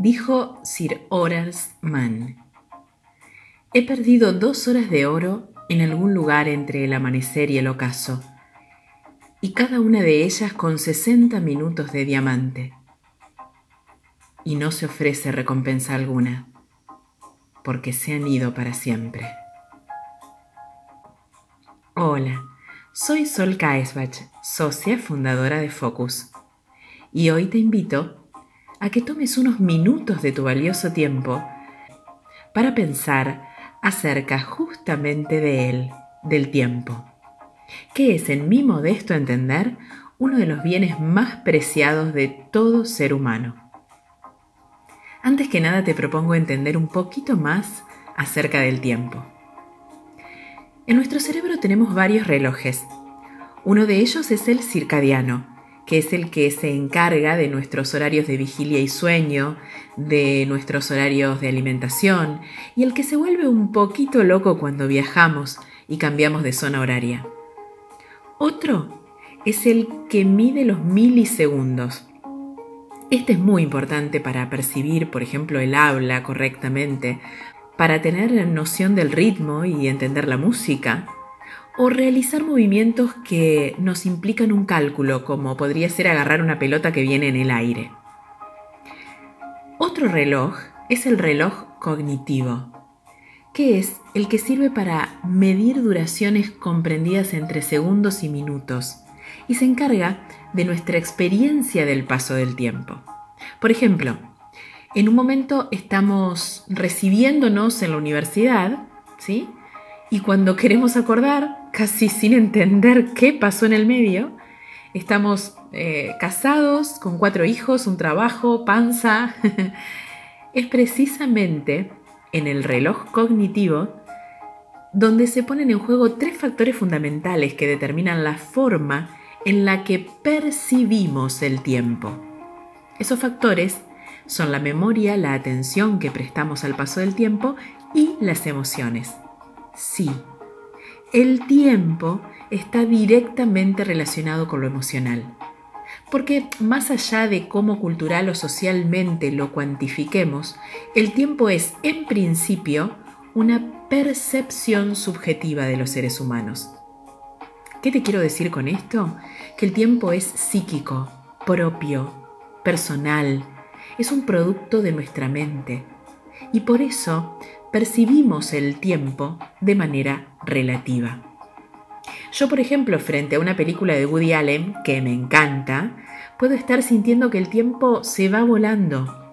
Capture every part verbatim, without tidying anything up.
Dijo Sir Horace Mann: he perdido dos horas de oro en algún lugar entre el amanecer y el ocaso, y cada una de ellas con sesenta minutos de diamante. Y no se ofrece recompensa alguna, porque se han ido para siempre. Hola, soy Sol Kaesbach, socia fundadora de Focus, y hoy te invito a que tomes unos minutos de tu valioso tiempo para pensar acerca justamente de él, del tiempo, que es, en mi modesto entender, uno de los bienes más preciados de todo ser humano. Antes que nada te propongo entender un poquito más acerca del tiempo. En nuestro cerebro tenemos varios relojes. Uno de ellos es el circadiano, que es el que se encarga de nuestros horarios de vigilia y sueño, de nuestros horarios de alimentación, y el que se vuelve un poquito loco cuando viajamos y cambiamos de zona horaria. Otro es el que mide los milisegundos. Este es muy importante para percibir, por ejemplo, el habla correctamente, para tener noción del ritmo y entender la música, o realizar movimientos que nos implican un cálculo, como podría ser agarrar una pelota que viene en el aire. Otro reloj es el reloj cognitivo, que es el que sirve para medir duraciones comprendidas entre segundos y minutos, y se encarga de nuestra experiencia del paso del tiempo. Por ejemplo, en un momento estamos recibiéndonos en la universidad, ¿sí? Y cuando queremos acordar, casi sin entender qué pasó en el medio, estamos eh, casados, con cuatro hijos, un trabajo, panza. Es precisamente en el reloj cognitivo donde se ponen en juego tres factores fundamentales que determinan la forma en la que percibimos el tiempo. Esos factores son la memoria, la atención que prestamos al paso del tiempo y las emociones. Sí, el tiempo está directamente relacionado con lo emocional, porque más allá de cómo cultural o socialmente lo cuantifiquemos, el tiempo es, en principio, una percepción subjetiva de los seres humanos. ¿Qué te quiero decir con esto? Que el tiempo es psíquico, propio, personal, es un producto de nuestra mente, y por eso percibimos el tiempo de manera relativa. Yo, por ejemplo, frente a una película de Woody Allen, que me encanta, puedo estar sintiendo que el tiempo se va volando.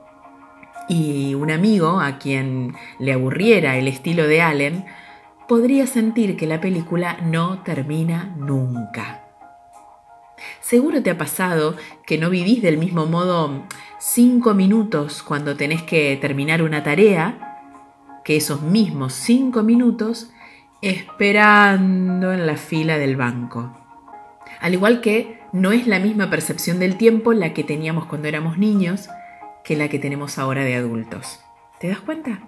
Y un amigo a quien le aburriera el estilo de Allen, podría sentir que la película no termina nunca. Seguro te ha pasado que no vivís del mismo modo cinco minutos cuando tenés que terminar una tarea, que esos mismos cinco minutos esperando en la fila del banco. Al igual que no es la misma percepción del tiempo la que teníamos cuando éramos niños que la que tenemos ahora de adultos. ¿Te das cuenta?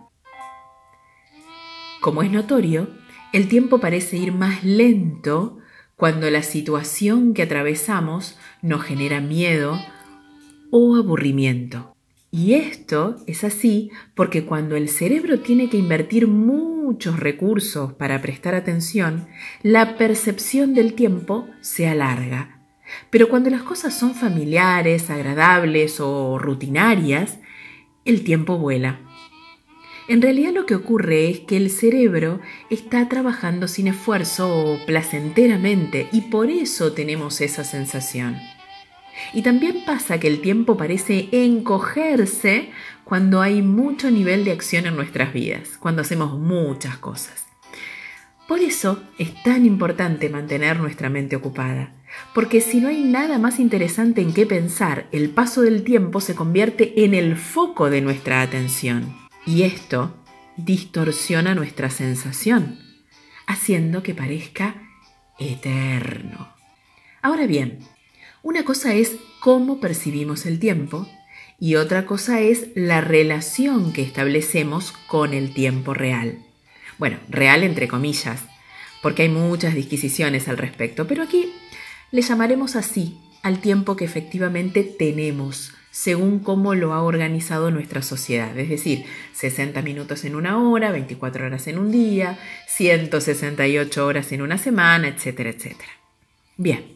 Como es notorio, el tiempo parece ir más lento cuando la situación que atravesamos nos genera miedo o aburrimiento. Y esto es así porque cuando el cerebro tiene que invertir muchos recursos para prestar atención, la percepción del tiempo se alarga. Pero cuando las cosas son familiares, agradables o rutinarias, el tiempo vuela. En realidad lo que ocurre es que el cerebro está trabajando sin esfuerzo o placenteramente, y por eso tenemos esa sensación. Y también pasa que el tiempo parece encogerse cuando hay mucho nivel de acción en nuestras vidas, cuando hacemos muchas cosas. Por eso es tan importante mantener nuestra mente ocupada, porque si no hay nada más interesante en qué pensar, el paso del tiempo se convierte en el foco de nuestra atención. Y esto distorsiona nuestra sensación, haciendo que parezca eterno. Ahora bien, una cosa es cómo percibimos el tiempo y otra cosa es la relación que establecemos con el tiempo real. Bueno, real entre comillas, porque hay muchas disquisiciones al respecto, pero aquí le llamaremos así al tiempo que efectivamente tenemos según cómo lo ha organizado nuestra sociedad. Es decir, sesenta minutos en una hora, veinticuatro horas en un día, ciento sesenta y ocho horas en una semana, etcétera, etcétera. Bien,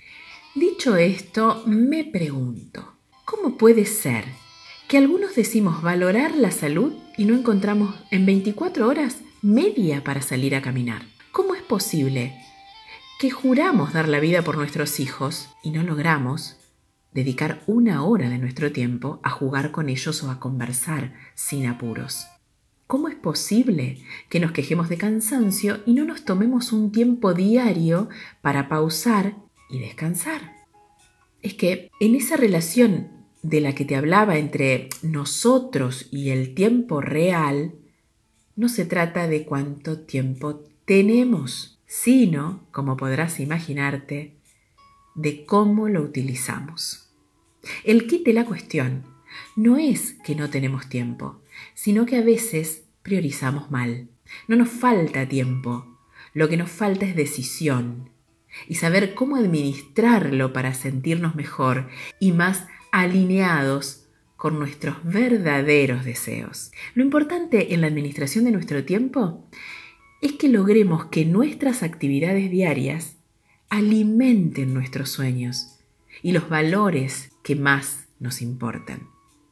dicho esto, me pregunto, ¿cómo puede ser que algunos decimos valorar la salud y no encontramos en veinticuatro horas media para salir a caminar? ¿Cómo es posible que juramos dar la vida por nuestros hijos y no logramos dedicar una hora de nuestro tiempo a jugar con ellos o a conversar sin apuros? ¿Cómo es posible que nos quejemos de cansancio y no nos tomemos un tiempo diario para pausar y descansar? Es que en esa relación de la que te hablaba entre nosotros y el tiempo real, no se trata de cuánto tiempo tenemos, sino, como podrás imaginarte, de cómo lo utilizamos. El kit de la cuestión no es que no tenemos tiempo, sino que a veces priorizamos mal. No nos falta tiempo, lo que nos falta es decisión y saber cómo administrarlo para sentirnos mejor y más alineados con nuestros verdaderos deseos. Lo importante en la administración de nuestro tiempo es que logremos que nuestras actividades diarias alimenten nuestros sueños y los valores que más nos importan.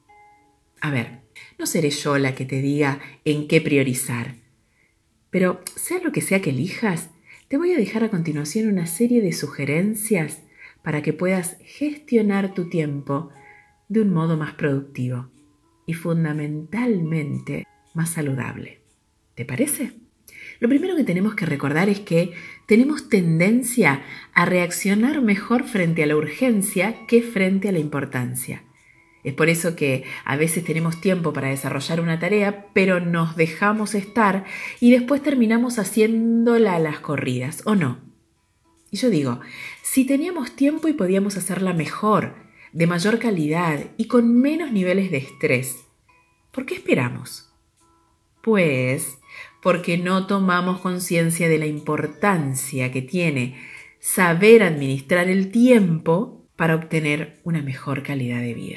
A ver, no seré yo la que te diga en qué priorizar, pero sea lo que sea que elijas, te voy a dejar a continuación una serie de sugerencias para que puedas gestionar tu tiempo de un modo más productivo y fundamentalmente más saludable. ¿Te parece? Lo primero que tenemos que recordar es que tenemos tendencia a reaccionar mejor frente a la urgencia que frente a la importancia. Es por eso que a veces tenemos tiempo para desarrollar una tarea, pero nos dejamos estar y después terminamos haciéndola a las corridas, ¿o no? Y yo digo, si teníamos tiempo y podíamos hacerla mejor, de mayor calidad y con menos niveles de estrés, ¿por qué esperamos? Pues porque no tomamos conciencia de la importancia que tiene saber administrar el tiempo para obtener una mejor calidad de vida.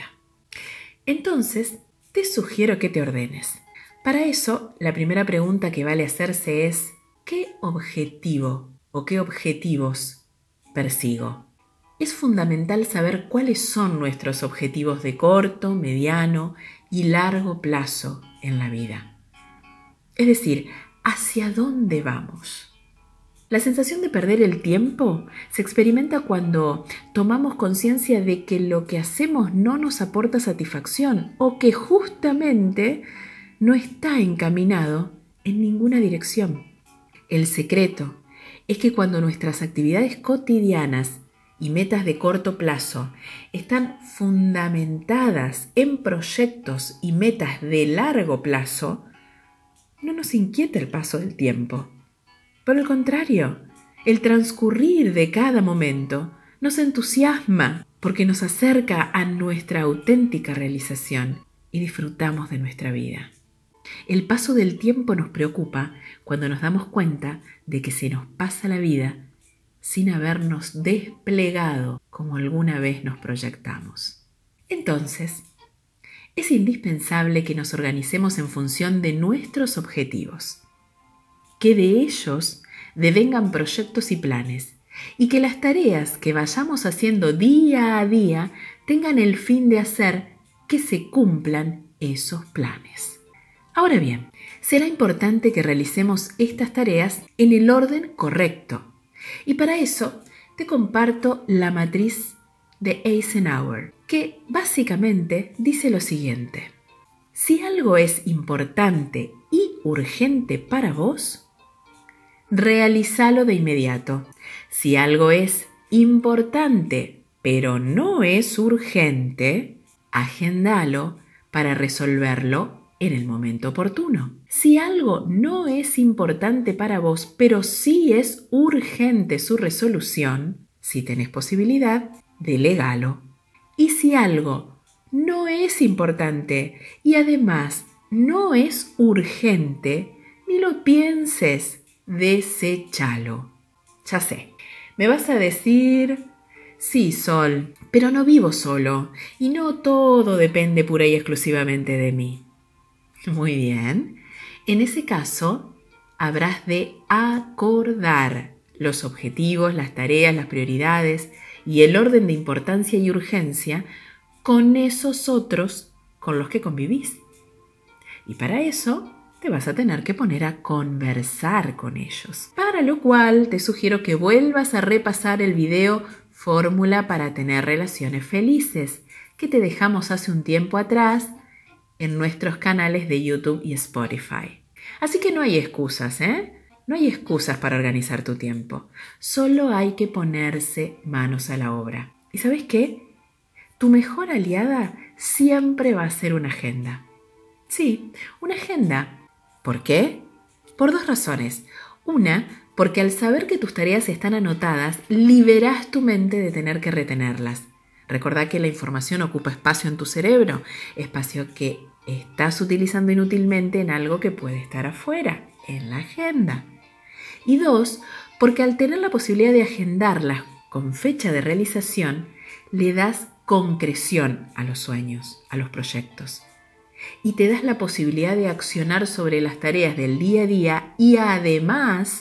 Entonces, te sugiero que te ordenes. Para eso, la primera pregunta que vale hacerse es, ¿qué objetivo o qué objetivos persigo? Es fundamental saber cuáles son nuestros objetivos de corto, mediano y largo plazo en la vida. Es decir, ¿hacia dónde vamos? La sensación de perder el tiempo se experimenta cuando tomamos conciencia de que lo que hacemos no nos aporta satisfacción o que justamente no está encaminado en ninguna dirección. El secreto es que cuando nuestras actividades cotidianas y metas de corto plazo están fundamentadas en proyectos y metas de largo plazo, no nos inquieta el paso del tiempo. Por el contrario, el transcurrir de cada momento nos entusiasma porque nos acerca a nuestra auténtica realización y disfrutamos de nuestra vida. El paso del tiempo nos preocupa cuando nos damos cuenta de que se nos pasa la vida sin habernos desplegado como alguna vez nos proyectamos. Entonces, es indispensable que nos organicemos en función de nuestros objetivos, que de ellos devengan proyectos y planes, y que las tareas que vayamos haciendo día a día tengan el fin de hacer que se cumplan esos planes. Ahora bien, será importante que realicemos estas tareas en el orden correcto, y para eso te comparto la matriz de Eisenhower, que básicamente dice lo siguiente: si algo es importante y urgente para vos, realízalo de inmediato. Si algo es importante pero no es urgente, agendalo para resolverlo en el momento oportuno. Si algo no es importante para vos pero sí es urgente su resolución, si tenés posibilidad, delégalo. Y si algo no es importante y además no es urgente, ni lo pienses, deséchalo. Ya sé, me vas a decir, Sí, Sol, pero no vivo solo y no todo depende pura y exclusivamente de mí. Muy bien. En ese caso, habrás de acordar los objetivos, las tareas, las prioridades y el orden de importancia y urgencia con esos otros con los que convivís. Y para eso te vas a tener que poner a conversar con ellos. Para lo cual te sugiero que vuelvas a repasar el video Fórmula para tener relaciones felices, que te dejamos hace un tiempo atrás en nuestros canales de YouTube y Spotify. Así que no hay excusas, ¿eh? No hay excusas para organizar tu tiempo. Solo hay que ponerse manos a la obra. ¿Y sabes qué? Tu mejor aliada siempre va a ser una agenda. Sí, una agenda. ¿Por qué? Por dos razones. Una, porque al saber que tus tareas están anotadas, liberás tu mente de tener que retenerlas. Recordá que la información ocupa espacio en tu cerebro, espacio que estás utilizando inútilmente en algo que puede estar afuera, en la agenda. Y dos, porque al tener la posibilidad de agendarlas con fecha de realización, le das concreción a los sueños, a los proyectos. Y te das la posibilidad de accionar sobre las tareas del día a día y además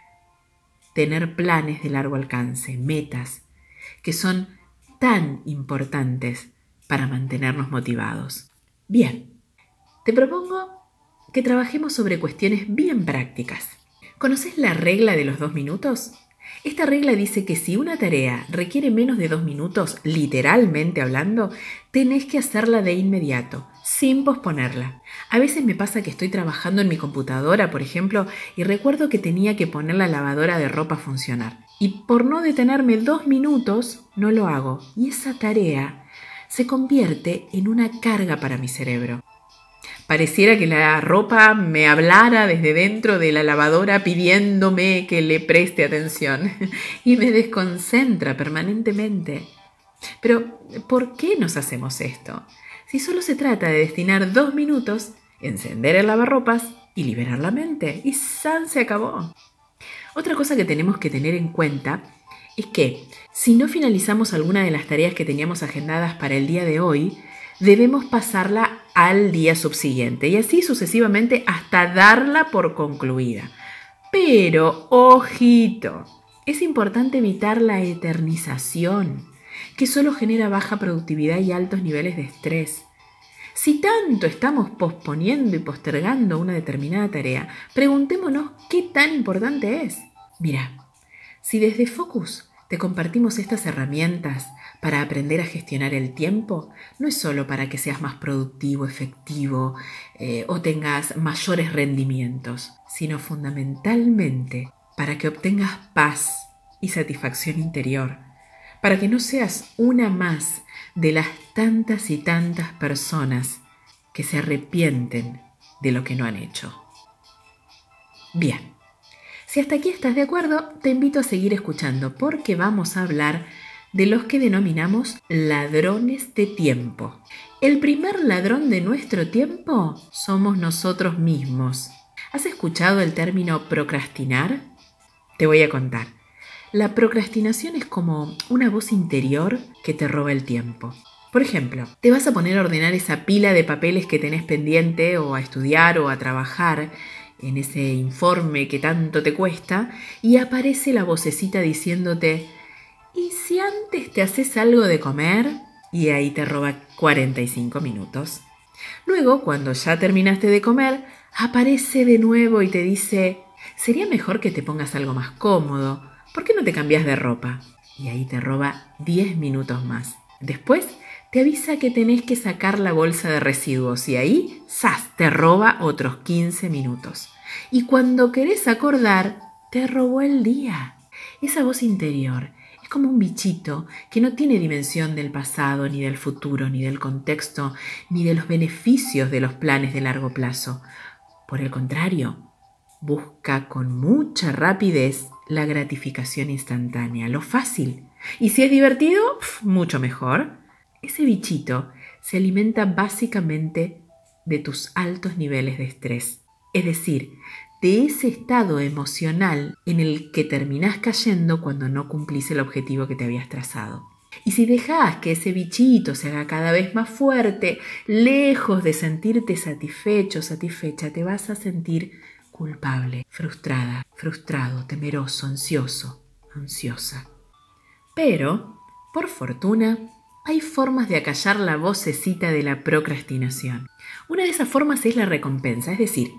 tener planes de largo alcance, metas, que son tan importantes para mantenernos motivados. Bien, te propongo que trabajemos sobre cuestiones bien prácticas. ¿Conoces la regla de los dos minutos? Esta regla dice que si una tarea requiere menos de dos minutos, literalmente hablando, tenés que hacerla de inmediato, sin posponerla. A veces me pasa que estoy trabajando en mi computadora, por ejemplo, y recuerdo que tenía que poner la lavadora de ropa a funcionar. Y por no detenerme dos minutos, no lo hago. Y esa tarea se convierte en una carga para mi cerebro. Pareciera que la ropa me hablara desde dentro de la lavadora pidiéndome que le preste atención y me desconcentra permanentemente. Pero, ¿por qué nos hacemos esto? Si solo se trata de destinar dos minutos, encender el lavarropas y liberar la mente. Y ¡san! Se acabó. Otra cosa que tenemos que tener en cuenta es que si no finalizamos alguna de las tareas que teníamos agendadas para el día de hoy, debemos pasarla al día subsiguiente y así sucesivamente hasta darla por concluida. Pero, ojito, es importante evitar la eternización, que solo genera baja productividad y altos niveles de estrés. Si tanto estamos posponiendo y postergando una determinada tarea, preguntémonos qué tan importante es. Mira, si desde Focus te compartimos estas herramientas para aprender a gestionar el tiempo, no es solo para que seas más productivo, efectivo eh, o tengas mayores rendimientos, sino fundamentalmente para que obtengas paz y satisfacción interior, para que no seas una más de las tantas y tantas personas que se arrepienten de lo que no han hecho. Bien. Si hasta aquí estás de acuerdo, te invito a seguir escuchando porque vamos a hablar de los que denominamos ladrones de tiempo. El primer ladrón de nuestro tiempo somos nosotros mismos. ¿Has escuchado el término procrastinar? Te voy a contar. La procrastinación es como una voz interior que te roba el tiempo. Por ejemplo, te vas a poner a ordenar esa pila de papeles que tenés pendiente o a estudiar o a trabajar en ese informe que tanto te cuesta y aparece la vocecita diciéndote ¿y si antes te haces algo de comer? Y ahí te roba cuarenta y cinco minutos. Luego, cuando ya terminaste de comer, aparece de nuevo y te dice sería mejor que te pongas algo más cómodo. ¿Por qué no te cambias de ropa? Y ahí te roba diez minutos más. Después te avisa que tenés que sacar la bolsa de residuos y ahí, ¡zas!, te roba otros quince minutos. Y cuando querés acordar, te robó el día. Esa voz interior es como un bichito que no tiene dimensión del pasado, ni del futuro, ni del contexto, ni de los beneficios de los planes de largo plazo. Por el contrario, busca con mucha rapidez la gratificación instantánea, lo fácil. Y si es divertido, pf, mucho mejor. Ese bichito se alimenta básicamente de tus altos niveles de estrés. Es decir, de ese estado emocional en el que terminás cayendo cuando no cumplís el objetivo que te habías trazado. Y si dejás que ese bichito se haga cada vez más fuerte, lejos de sentirte satisfecho, satisfecha, te vas a sentir culpable, frustrada, frustrado, temeroso, ansioso, ansiosa. Pero, por fortuna, hay formas de acallar la vocecita de la procrastinación. Una de esas formas es la recompensa, es decir,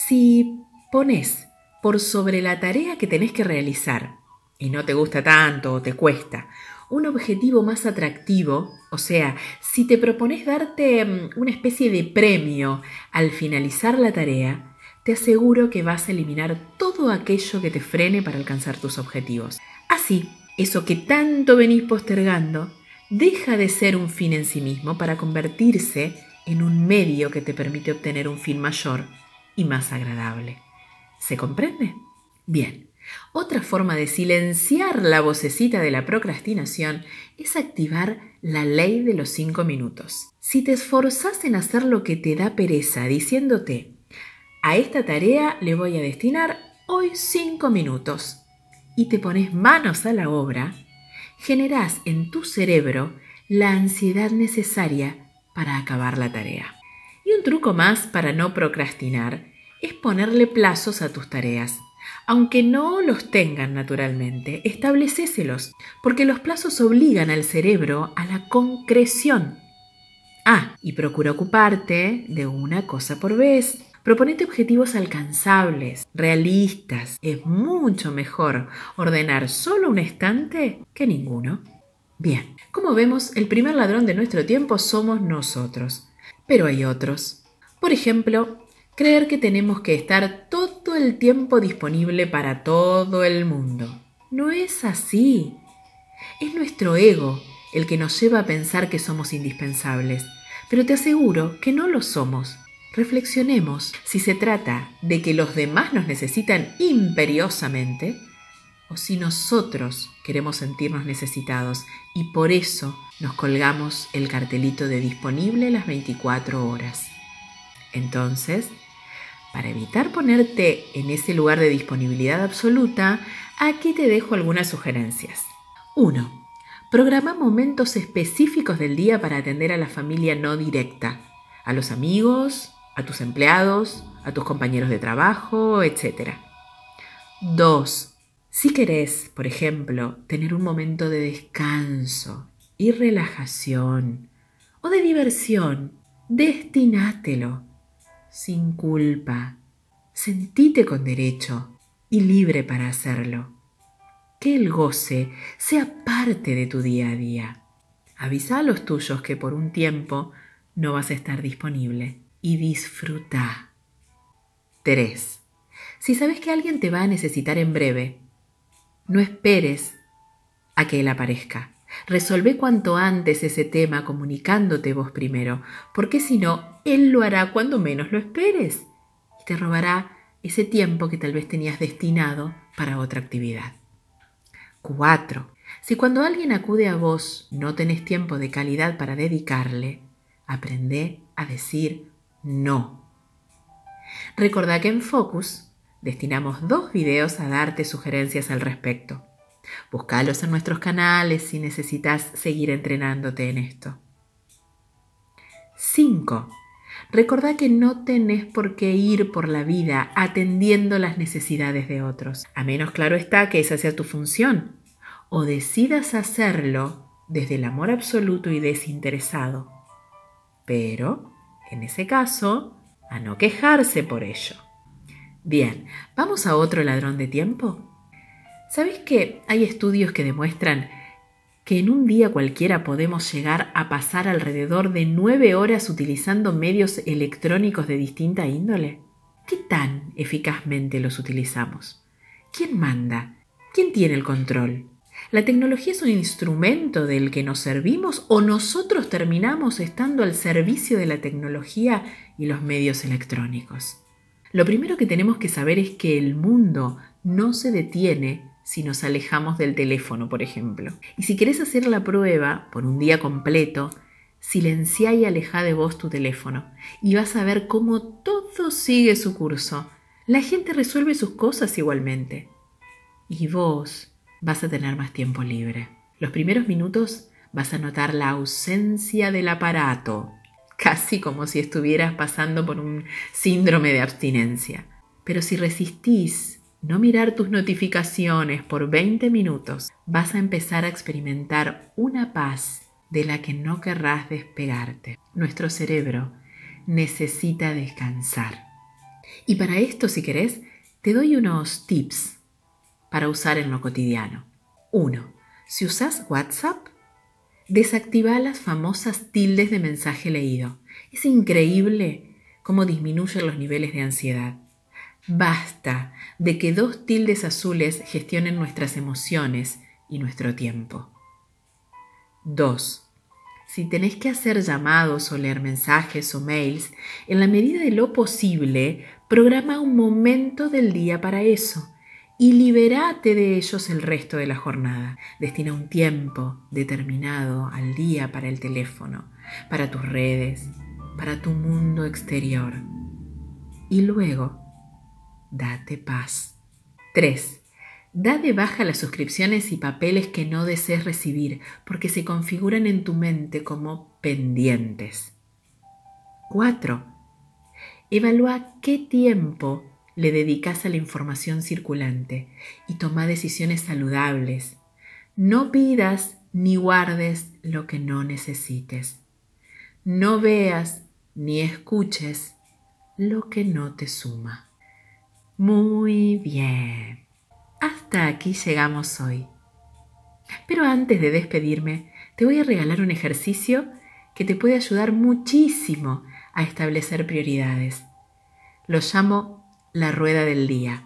si pones por sobre la tarea que tenés que realizar y no te gusta tanto o te cuesta, un objetivo más atractivo, o sea, si te propones darte una especie de premio al finalizar la tarea, te aseguro que vas a eliminar todo aquello que te frene para alcanzar tus objetivos. Así, eso que tanto venís postergando deja de ser un fin en sí mismo para convertirse en un medio que te permite obtener un fin mayor y más agradable. ¿Se comprende? Bien. Otra forma de silenciar la vocecita de la procrastinación es activar la ley de los cinco minutos. Si te esforzás en hacer lo que te da pereza diciéndote, a esta tarea le voy a destinar hoy cinco minutos, y te pones manos a la obra, generás en tu cerebro la ansiedad necesaria para acabar la tarea. Y un truco más para no procrastinar es ponerle plazos a tus tareas. Aunque no los tengan naturalmente, establecéselos, porque los plazos obligan al cerebro a la concreción. Ah, y procura ocuparte de una cosa por vez. Proponete objetivos alcanzables, realistas. Es mucho mejor ordenar solo un estante que ninguno. Bien, como vemos, el primer ladrón de nuestro tiempo somos nosotros. Pero hay otros. Por ejemplo, creer que tenemos que estar todo el tiempo disponible para todo el mundo. No es así. Es nuestro ego el que nos lleva a pensar que somos indispensables, pero te aseguro que no lo somos. Reflexionemos si se trata de que los demás nos necesitan imperiosamente o si nosotros queremos sentirnos necesitados y por eso nos colgamos el cartelito de disponible las veinticuatro horas. Entonces, para evitar ponerte en ese lugar de disponibilidad absoluta, aquí te dejo algunas sugerencias. uno. Programa momentos específicos del día para atender a la familia no directa, a los amigos, a tus empleados, a tus compañeros de trabajo, etcétera. dos. Si querés, por ejemplo, tener un momento de descanso y relajación o de diversión, destinátelo. Sin culpa, sentite con derecho y libre para hacerlo. Que el goce sea parte de tu día a día. Avisa a los tuyos que por un tiempo no vas a estar disponible y disfruta. tres. Si sabes que alguien te va a necesitar en breve, no esperes a que él aparezca. Resolvé cuanto antes ese tema comunicándote vos primero, porque si no, él lo hará cuando menos lo esperes y te robará ese tiempo que tal vez tenías destinado para otra actividad. cuatro. Si cuando alguien acude a vos no tenés tiempo de calidad para dedicarle, aprende a decir no. Recordá que en Focus destinamos dos videos a darte sugerencias al respecto. Búscalos en nuestros canales si necesitas seguir entrenándote en esto. cinco. Recordá que no tenés por qué ir por la vida atendiendo las necesidades de otros, a menos claro está que esa sea tu función, o decidas hacerlo desde el amor absoluto y desinteresado. Pero, en ese caso, a no quejarse por ello. Bien, ¿vamos a otro ladrón de tiempo? ¿Sabés que hay estudios que demuestran que en un día cualquiera podemos llegar a pasar alrededor de nueve horas utilizando medios electrónicos de distinta índole? ¿Qué tan eficazmente los utilizamos? ¿Quién manda? ¿Quién tiene el control? ¿La tecnología es un instrumento del que nos servimos o nosotros terminamos estando al servicio de la tecnología y los medios electrónicos? Lo primero que tenemos que saber es que el mundo no se detiene si nos alejamos del teléfono, por ejemplo. Y si querés hacer la prueba por un día completo, silenciá y alejá de vos tu teléfono y vas a ver cómo todo sigue su curso, La gente resuelve sus cosas igualmente. Y vos vas a tener más tiempo libre. Los primeros minutos vas a notar la ausencia del aparato, casi como si estuvieras pasando por un síndrome de abstinencia. Pero si resistís no mirar tus notificaciones por veinte minutos, vas a empezar a experimentar una paz de la que no querrás despegarte. Nuestro cerebro necesita descansar. Y para esto, si querés, te doy unos tips para usar en lo cotidiano. uno. Si usás WhatsApp, desactiva las famosas tildes de mensaje leído. Es increíble cómo disminuyen los niveles de ansiedad. Basta de que dos tildes azules gestionen nuestras emociones y nuestro tiempo. dos. Si tenés que hacer llamados o leer mensajes o mails, en la medida de lo posible, programa un momento del día para eso y libérate de ellos el resto de la jornada. Destina un tiempo determinado al día para el teléfono, para tus redes, para tu mundo exterior. Y luego, date paz. tres. Da de baja las suscripciones y papeles que no desees recibir porque se configuran en tu mente como pendientes. cuatro. Evalúa qué tiempo le dedicas a la información circulante y toma decisiones saludables. No pidas ni guardes lo que no necesites. No veas ni escuches lo que no te suma. Muy bien. Hasta aquí llegamos hoy. Pero antes de despedirme, te voy a regalar un ejercicio que te puede ayudar muchísimo a establecer prioridades. Lo llamo la rueda del día.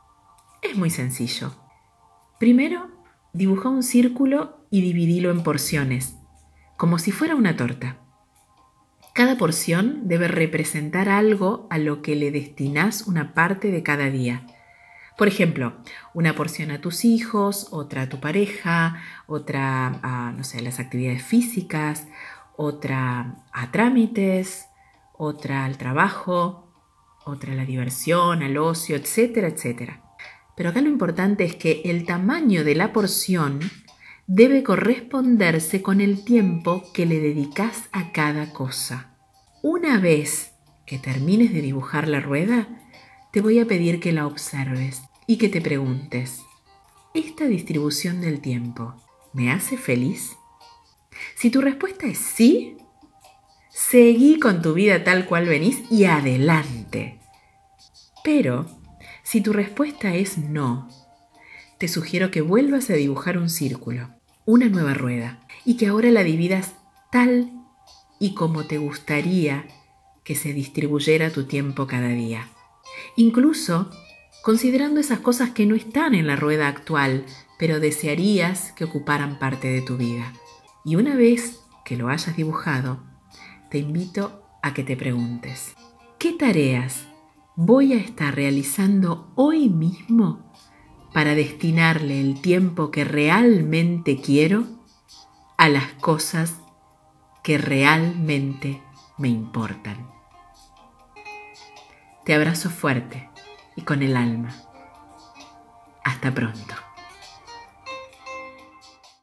Es muy sencillo. Primero, dibuja un círculo y dividilo en porciones, como si fuera una torta. Cada porción debe representar algo a lo que le destinás una parte de cada día. Por ejemplo, una porción a tus hijos, otra a tu pareja, otra a, no sé, las actividades físicas, otra a trámites, otra al trabajo, otra a la diversión, al ocio, etcétera, etcétera. Pero acá lo importante es que el tamaño de la porción debe corresponderse con el tiempo que le dedicas a cada cosa. Una vez que termines de dibujar la rueda, te voy a pedir que la observes y que te preguntes, ¿esta distribución del tiempo me hace feliz? Si tu respuesta es sí, seguí con tu vida tal cual venís y adelante. Pero si tu respuesta es no, te sugiero que vuelvas a dibujar un círculo, una nueva rueda, y que ahora la dividas tal y como te gustaría que se distribuyera tu tiempo cada día. Incluso considerando esas cosas que no están en la rueda actual, pero desearías que ocuparan parte de tu vida. Y una vez que lo hayas dibujado, te invito a que te preguntes, ¿qué tareas voy a estar realizando hoy mismo para destinarle el tiempo que realmente quiero a las cosas que realmente me importan? Te abrazo fuerte y con el alma. Hasta pronto.